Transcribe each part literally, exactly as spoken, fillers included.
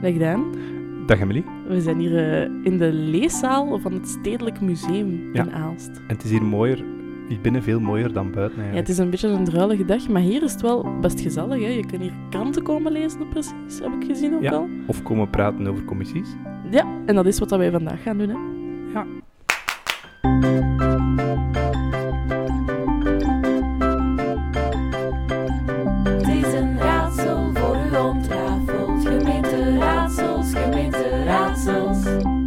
Dag Daan. Dag Emily. We zijn hier uh, in de leeszaal van het Stedelijk Museum ja. in Aalst. En het is hier mooier, hier binnen veel mooier dan buiten eigenlijk. Ja, het is een beetje een druilige dag, maar hier is het wel best gezellig. Hè? Je kan hier kranten komen lezen precies, heb ik gezien ook ja. al. Of komen praten over commissies. Ja, en dat is wat wij vandaag gaan doen. Hè? Ja. Het is een raadsel voor u ontrafeld. Gemeenteraadsels, gemeenteraadsels.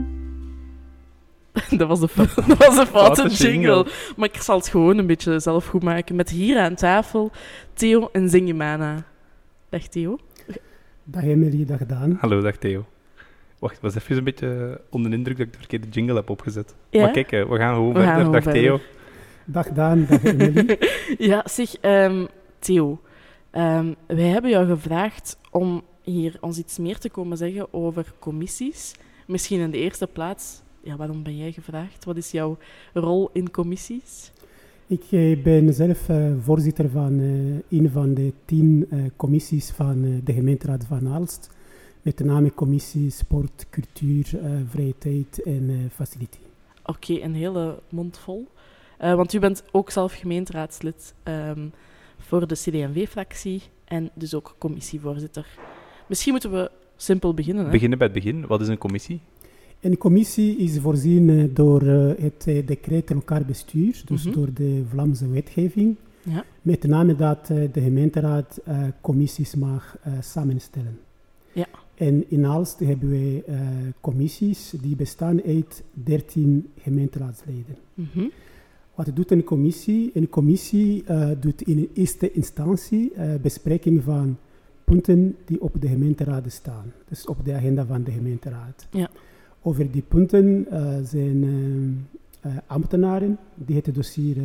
Dat was een, fo- dat was een foute Foute jingle. jingle. Maar ik zal het gewoon een beetje zelf goed maken. Met hier aan tafel Theo en Zingemana. Dag Theo. Dag Emily, dag Daan. Hallo, dag Theo. Wacht, ik was even een beetje onder de indruk dat ik de verkeerde jingle heb opgezet. Ja? Maar kijk, we gaan gewoon We verder. gaan gewoon dag verder. Theo. Dag Daan, dag Emily. Ja, zeg, um, Theo. Um, wij hebben jou gevraagd om hier ons iets meer te komen zeggen over commissies. Misschien in de eerste plaats, ja, waarom ben jij gevraagd? Wat is jouw rol in commissies? Ik eh, ben zelf uh, voorzitter van uh, een van de tien uh, commissies van uh, de gemeenteraad van Aalst. Met de naam commissie Sport, Cultuur, uh, Vrije Tijd en uh, Facility. Oké, okay, een hele mond vol. Uh, want u bent ook zelf gemeenteraadslid um, voor de C D en V-fractie en dus ook commissievoorzitter. Misschien moeten we simpel beginnen. Hè? Beginnen bij het begin. Wat is een commissie? Een commissie is voorzien uh, door uh, het uh, decreet lokaal bestuur, dus Mm-hmm. door de Vlaamse wetgeving. Ja. Met de name dat uh, de gemeenteraad uh, commissies mag uh, samenstellen. Ja. En in Aalst hebben wij uh, commissies die bestaan uit dertien gemeenteraadsleden. Mm-hmm. Wat doet een commissie? Een commissie uh, doet in eerste instantie uh, bespreking van punten die op de gemeenteraad staan. Dus op de agenda van de gemeenteraad. Ja. Over die punten uh, zijn uh, uh, ambtenaren die het dossier uh,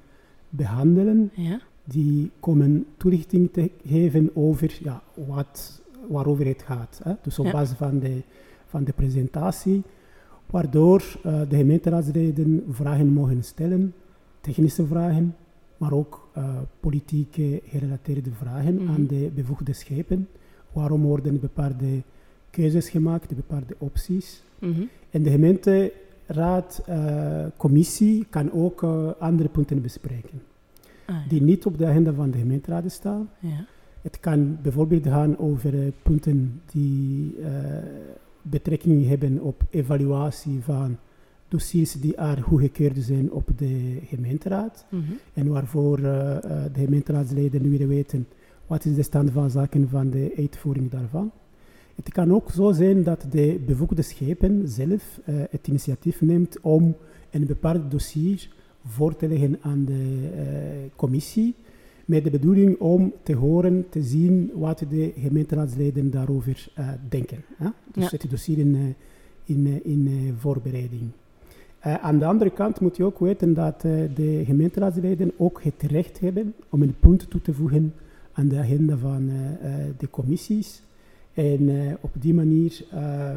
behandelen. Ja. Die komen toelichting te geven over ja, wat, waarover het gaat. Hè? Dus op Ja. basis van de, van de presentatie, waardoor uh, de gemeenteraadsleden vragen mogen stellen, technische vragen, maar ook uh, politieke gerelateerde vragen Mm-hmm. aan de bevoegde schepen. Waarom worden bepaalde keuzes gemaakt, bepaalde opties? Mm-hmm. En de gemeenteraad, uh, commissie, kan ook uh, andere punten bespreken Ah, ja. die niet op de agenda van de gemeenteraad staan. Ja. Het kan bijvoorbeeld gaan over uh, punten die uh, betrekking hebben op evaluatie van dossiers die al goedgekeurd zijn op de gemeenteraad. Mm-hmm. En waarvoor uh, uh, de gemeenteraadsleden willen weten wat is de stand van zaken van de uitvoering daarvan. Het kan ook zo zijn dat de bevoegde schepen zelf uh, het initiatief neemt om een bepaald dossier voor te leggen aan de uh, commissie, met de bedoeling om te horen, te zien wat de gemeenteraadsleden daarover uh, denken. Hè? Dus Ja. het dossier in, uh, in, uh, in uh, voorbereiding. Uh, aan de andere kant moet je ook weten dat uh, de gemeenteraadsleden ook het recht hebben om een punt toe te voegen aan de agenda van uh, uh, de commissies. En uh, op die manier uh,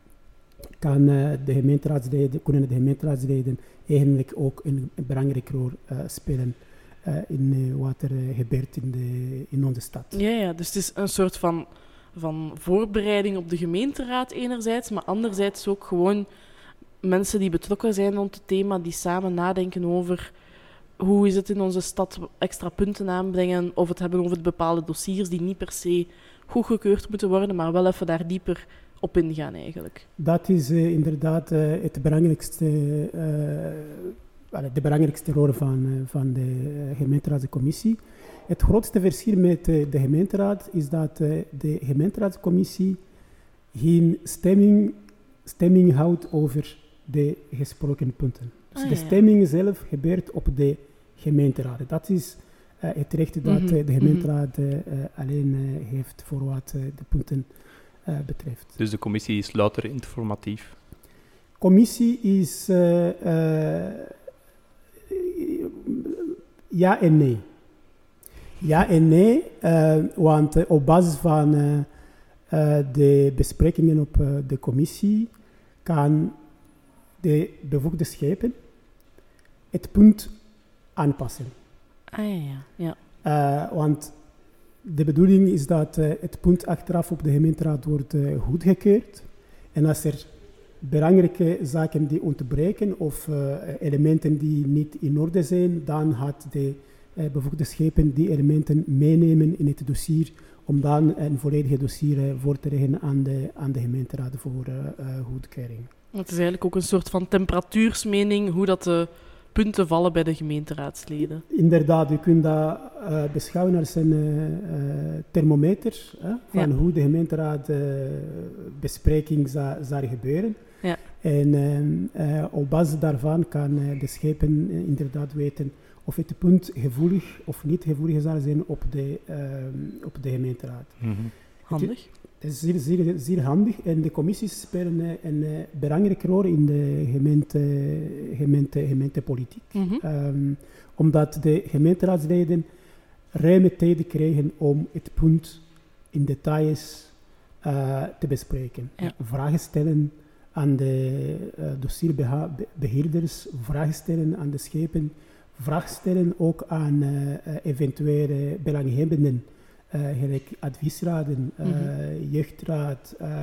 kan, uh, de gemeenteraadsleden, kunnen de gemeenteraadsleden eigenlijk ook een, een belangrijke rol uh, spelen uh, in uh, wat er uh, gebeurt in, de, in onze stad. Ja, ja, dus het is een soort van, van voorbereiding op de gemeenteraad enerzijds, maar anderzijds ook gewoon mensen die betrokken zijn rond het thema, die samen nadenken over hoe is het in onze stad extra punten aanbrengen, of het hebben over bepaalde dossiers die niet per se goedgekeurd moeten worden, maar wel even daar dieper op ingaan eigenlijk. Dat is uh, inderdaad uh, het belangrijkste, uh, de belangrijkste rol van, uh, van de uh, gemeenteraadscommissie. Het grootste verschil met uh, de gemeenteraad is dat uh, de gemeenteraadscommissie geen stemming, stemming houdt over de gesproken punten. Dus Ah, de ja. stemming zelf gebeurt op de gemeenteraad. Dat is uh, het recht dat Mhm, uh, de gemeenteraad uh, uh, alleen uh, heeft voor wat uh, de punten uh, betreft. Dus de commissie is louter informatief. Commissie is uh, uh, ja en nee. Ja en nee, uh, want uh, op basis van uh, uh, de besprekingen op uh, de commissie kan de bevoegde schepen het punt aanpassen. Ah ja, ja. Uh, want de bedoeling is dat uh, het punt achteraf op de gemeenteraad wordt uh, goedgekeurd. En als er belangrijke zaken die ontbreken of uh, elementen die niet in orde zijn, dan gaat de uh, bevoegde schepen die elementen meenemen in het dossier om dan een volledig dossier uh, voor te leggen aan de, aan de gemeenteraad voor uh, uh, goedkeuring. Het is eigenlijk ook een soort van temperatuursmening hoe dat de punten vallen bij de gemeenteraadsleden. Inderdaad, u kunt dat uh, beschouwen als een uh, uh, thermometer hè, van Ja. hoe de gemeenteraad uh, bespreking zou, zou gebeuren. Ja. En uh, uh, op basis daarvan kan uh, de schepen uh, inderdaad weten of het punt gevoelig of niet gevoelig zal zijn op de, uh, op de gemeenteraad. Mm-hmm. Handig. Het is zeer, zeer, zeer handig en de commissies spelen uh, een uh, belangrijke rol in de gemeente, gemeente, gemeentepolitiek. Mhm. Um, omdat de gemeenteraadsleden ruime tijd krijgen om het punt in details uh, te bespreken. Ja. Vragen stellen aan de uh, dossierbeheerders, vragen stellen aan de schepen, vragen stellen ook aan uh, uh, eventuele belanghebbenden, uh, gelijk adviesraden, uh, Mhm. jeugdraad, uh,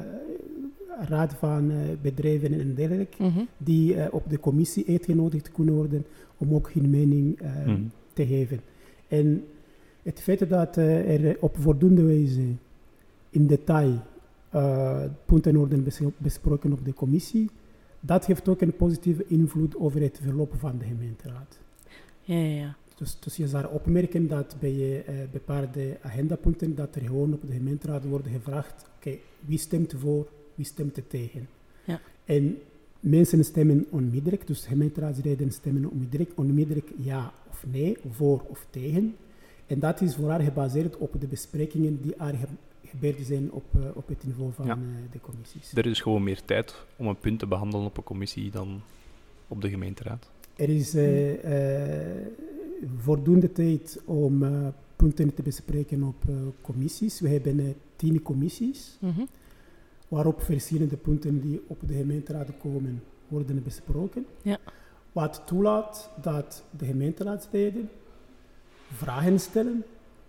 raad van uh, bedrijven en dergelijke, Mhm. die uh, op de commissie uitgenodigd kunnen worden om ook hun mening uh, Mm. te geven. En het feit dat uh, er op voldoende wijze in detail uh, punten worden bes- besproken op de commissie, dat heeft ook een positieve invloed over het verloop van de gemeenteraad. Ja, ja, ja. Dus, dus je zou opmerken dat bij uh, bepaalde agendapunten dat er gewoon op de gemeenteraad wordt gevraagd, oké, okay, wie stemt voor, wie stemt er tegen? Ja. En mensen stemmen onmiddellijk, dus gemeenteraadsleden stemmen onmiddellijk, onmiddellijk ja of nee, voor of tegen. En dat is vooral gebaseerd op de besprekingen die er ge- gebeurd zijn op, uh, op het niveau van Ja. uh, de commissies. Er is dus gewoon meer tijd om een punt te behandelen op een commissie dan op de gemeenteraad. Er is uh, uh, voldoende tijd om uh, punten te bespreken op uh, commissies. We hebben uh, tien commissies, Mhm. waarop verschillende punten die op de gemeenteraad komen worden besproken. Ja. Wat toelaat dat de gemeenteraadsleden vragen stellen,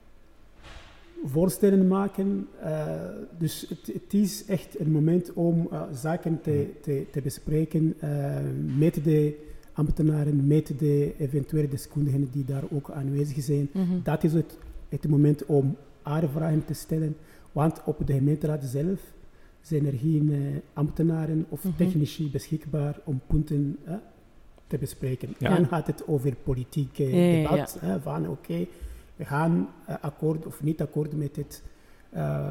voorstellen maken. Uh, dus het, het is echt een moment om uh, zaken te, te, te bespreken uh, met de ambtenaren, met de eventuele deskundigen die daar ook aanwezig zijn. Mhm. Dat is het, het moment om haar vragen te stellen, want op de gemeenteraad zelf zijn er geen uh, ambtenaren of Mhm. technici beschikbaar om punten uh, te bespreken. Ja. Dan gaat het over politiek uh, Ja, ja, ja. debat, hè, van oké, okay, we gaan uh, akkoord of niet akkoord met het uh,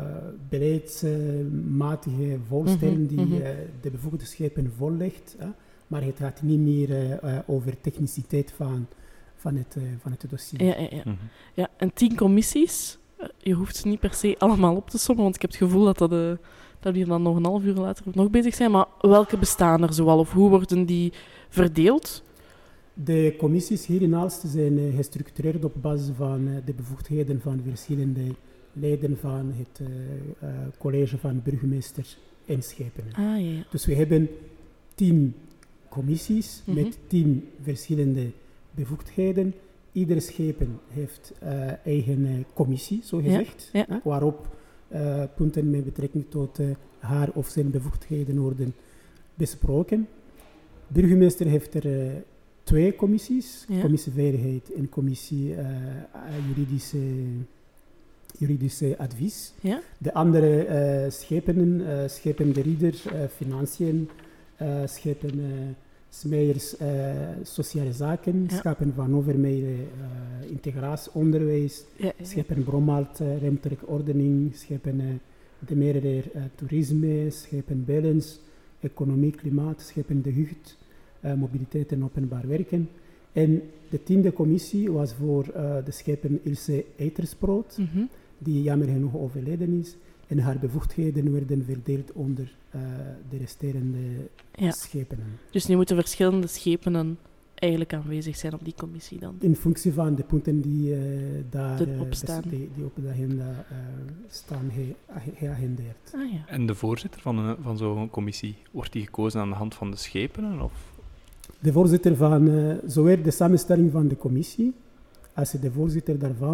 beleidsmatige voorstellen Mhm, die mhm. uh, de bevoegde schepen voorlegt, hè, maar het gaat niet meer uh, uh, over techniciteit van, van, het, uh, van het dossier. Ja, ja, ja. Mhm. Ja, en tien commissies. Eh, Je hoeft ze niet per se allemaal op te sommen, want ik heb het gevoel dat, dat, eh, dat we hier dan nog een half uur later nog bezig zijn. Maar welke bestaan er zoal of hoe worden die verdeeld? De commissies hier in Aalst zijn uh, gestructureerd op basis van uh, de bevoegdheden van verschillende leden van het uh, uh, college van burgemeester en schepenen. Ah, ja, ja. Dus we hebben tien commissies Mhm. met tien verschillende bevoegdheden. Ieder schepen heeft uh, eigen uh, commissie, zo gezegd, ja. hè, waarop uh, punten met betrekking tot uh, haar of zijn bevoegdheden worden besproken. Burgemeester heeft er uh, twee commissies, Ja. commissie veiligheid en commissie uh, juridische, juridische advies. Ja? De andere uh, schepenen, uh, schepen de rieder, uh, financiën, uh, schepen uh, smijers, uh, sociale zaken, Ja. schepen van overmede, uh, integratie, onderwijs, Ja, ja, ja. schepen bromalt, uh, ruimtelijke ordening, schepen uh, de meerdere uh, toerisme, schepen balance, economie, klimaat, schepen de jeugd, uh, mobiliteit en openbaar werken. En de tiende commissie was voor uh, de schepen Ilse Eitersproot, Mhm. die jammer genoeg overleden is. En haar bevoegdheden werden verdeeld onder uh, de resterende Ja. schepenen. Dus nu moeten verschillende schepenen eigenlijk aanwezig zijn op die commissie dan. In functie van de punten die uh, daar Die uh, op staan. die, die op de agenda uh, staan ge- geagendeerd. Ah ja. En de voorzitter van, een, van zo'n commissie, wordt die gekozen aan de hand van de schepenen? Of? De voorzitter van uh, zowel de samenstelling van de commissie als de voorzitter daarvan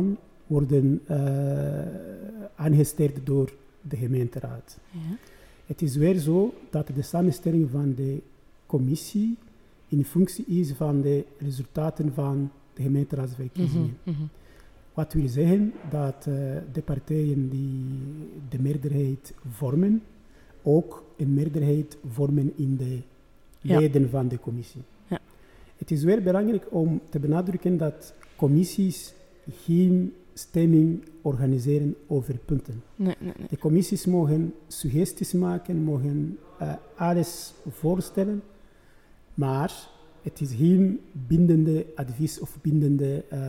worden uh, aangesteld door de gemeenteraad. Ja. Het is weer zo dat de samenstelling van de commissie in functie is van de resultaten van de gemeenteraadsverkiezingen. Mhm, mhm. Wat wil zeggen dat uh, de partijen die de meerderheid vormen, ook een meerderheid vormen in de Ja. leden van de commissie. Ja. Het is weer belangrijk om te benadrukken dat commissies geen stemming organiseren over punten. Nee, nee, nee. De commissies mogen suggesties maken, mogen uh, alles voorstellen, maar het is geen bindende advies of bindende uh,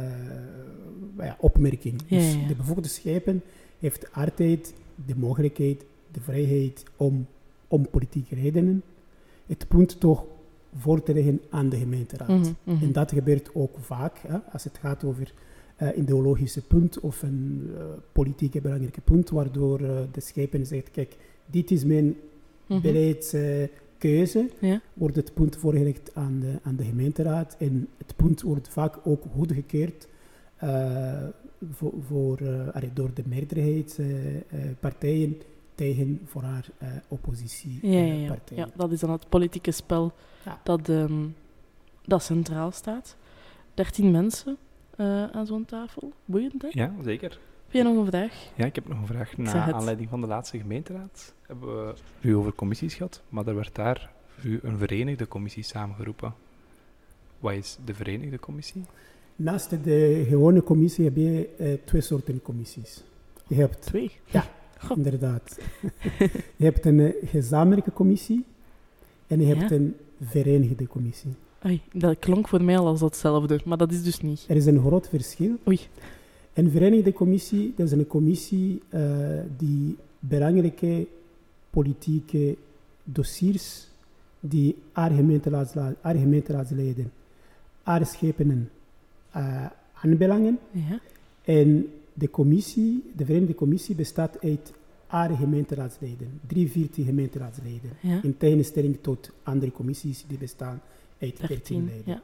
ja, opmerking. Ja, Dus ja, ja. de bevoegde schepen heeft altijd de mogelijkheid, de vrijheid om, om politieke redenen het punt toch voor te leggen aan de gemeenteraad. Mhm, mhm. En dat gebeurt ook vaak, hè, als het gaat over uh, ideologische punt of een uh, politieke belangrijke punt, waardoor uh, de schepen zegt, kijk, dit is mijn Mhm. beleidskeuze, Ja. wordt het punt voorgelegd aan de, aan de gemeenteraad en het punt wordt vaak ook goedgekeurd uh, voor, voor, uh, allee, door de meerderheidspartijen uh, uh, tegen voor haar uh, oppositiepartijen. Ja, ja, ja. ja, dat is dan het politieke spel Ja. dat, ehm, dat centraal staat. Dertien mensen uh, aan zo'n tafel. Boeiend, hè? Ja, zeker. Heb jij nog een vraag? Ja, ik heb nog een vraag. Zeg Na het. aanleiding van de laatste gemeenteraad hebben we u over commissies gehad, maar er werd daar voor u een verenigde commissie samengeroepen. Wat is de verenigde commissie? Naast de gewone commissie heb je uh, twee soorten commissies. Je hebt, Twee. Goh. inderdaad, je hebt een uh, gezamenlijke commissie en je Ja. hebt een verenigde commissie. Oei, dat klonk voor mij al als datzelfde, maar dat is dus niet. Er is een groot verschil. Oei. Een verenigde commissie, dat is een commissie uh, die belangrijke politieke dossiers die haar gemeenteraadsleden, haar gemeenteraadsleden, haar schepenen uh, aanbelangen. Ja. En de commissie, de Verenigde Commissie bestaat uit haar gemeenteraadsleden, drie vierde gemeenteraadsleden. Ja. In tegenstelling tot andere commissies die bestaan uit dertien dertien. leden. Ja.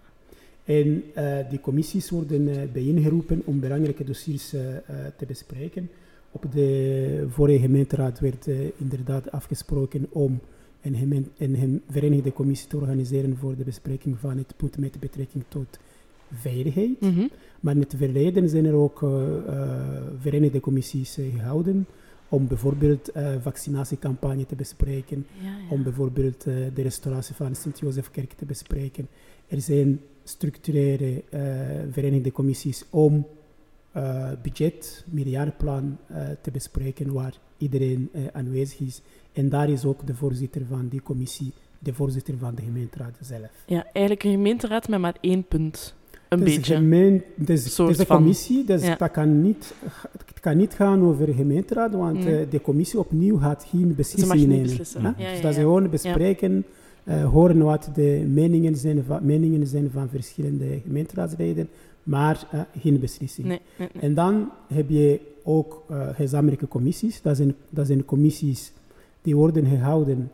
En uh, die commissies worden uh, bijeengeroepen om belangrijke dossiers uh, uh, te bespreken. Op de vorige gemeenteraad werd uh, inderdaad afgesproken om een, gemeente, een hem- verenigde commissie te organiseren voor de bespreking van het punt met betrekking tot veiligheid. Mhm. Maar in het verleden zijn er ook uh, uh, verenigde commissies uh, gehouden om bijvoorbeeld uh, vaccinatiecampagne te bespreken, Ja, ja. om bijvoorbeeld uh, de restauratie van de Sint-Jozefkerk te bespreken. Er zijn structurele uh, verenigde commissies om uh, budget, meerjarenplan uh, te bespreken, waar iedereen uh, aanwezig is. En daar is ook de voorzitter van die commissie, de voorzitter van de gemeenteraad zelf. Ja, eigenlijk een gemeenteraad met maar één punt. Een Het is beetje. gemeen- het is, het Soort is een van. commissie, dus Ja. dat kan niet, het kan niet gaan over de gemeenteraad, want Nee. uh, de commissie opnieuw gaat geen Ze mag beslissingen niet nemen. beslissen. hè? Ja, Dus ja, dat ze ja. gewoon bespreken, uh, horen wat de meningen zijn, van, meningen zijn van verschillende gemeenteraadsleden, maar uh, geen beslissing. Nee, nee, nee. En dan heb je ook uh, gezamenlijke commissies. Dat zijn, dat zijn commissies die worden gehouden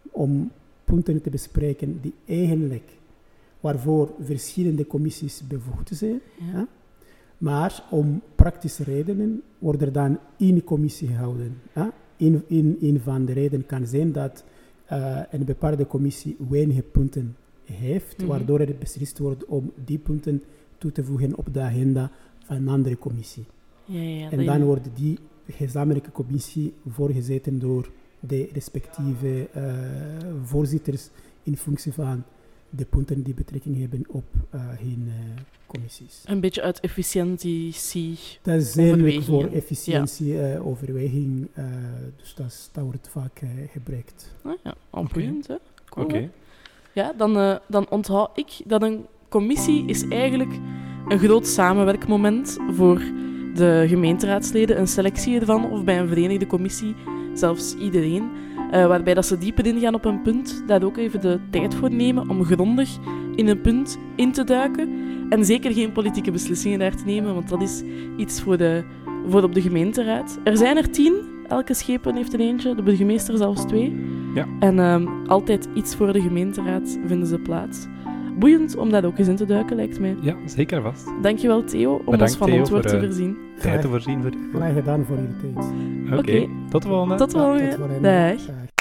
om punten te bespreken die eigenlijk waarvoor verschillende commissies bevoegd zijn. Ja. Ja. Maar om praktische redenen wordt er dan één commissie gehouden. Ja. Een, een, een van de redenen kan zijn dat uh, een bepaalde commissie weinig punten heeft, Mhm. waardoor er beslist wordt om die punten toe te voegen op de agenda van een andere commissie. Ja, ja, En dat- dan wordt die gezamenlijke commissie voorgezeten door de respectieve uh, voorzitters in functie van de punten die betrekking hebben op uh, hun uh, commissies. Een beetje uit efficiëntie. Dat is eigenlijk Overwegingen. voor efficiëntie-overweging, uh, dus dat, is- dat wordt vaak uh, gebruikt. Ah, ja, al Oké. boeiend, hè? Cool, Oké. hè? Ja, dan, eh, dan onthoud ik dat een commissie is eigenlijk een groot samenwerkmoment voor de gemeenteraadsleden, een selectie ervan, of bij een verenigde commissie zelfs iedereen, eh, waarbij dat ze dieper ingaan op een punt, daar ook even de tijd voor nemen om grondig in een punt in te duiken en zeker geen politieke beslissingen daar te nemen, want dat is iets voor, de, voor op de gemeenteraad. Er zijn er tien, elke schepen heeft er eentje, de burgemeester zelfs twee. Ja. En ehm, altijd iets voor de gemeenteraad vinden ze plaats. boeiend om dat ook eens in te duiken, lijkt mij. Ja, zeker vast. Dankjewel, Theo, om Bedankt, ons van Theo, antwoord voor, te uh, voorzien. Tijd te voorzien voor... Graag gedaan voor uw tijd. Oké, Oké. tot de volgende. Tot de Ja, volgende. tot volgende. Dag. Dag.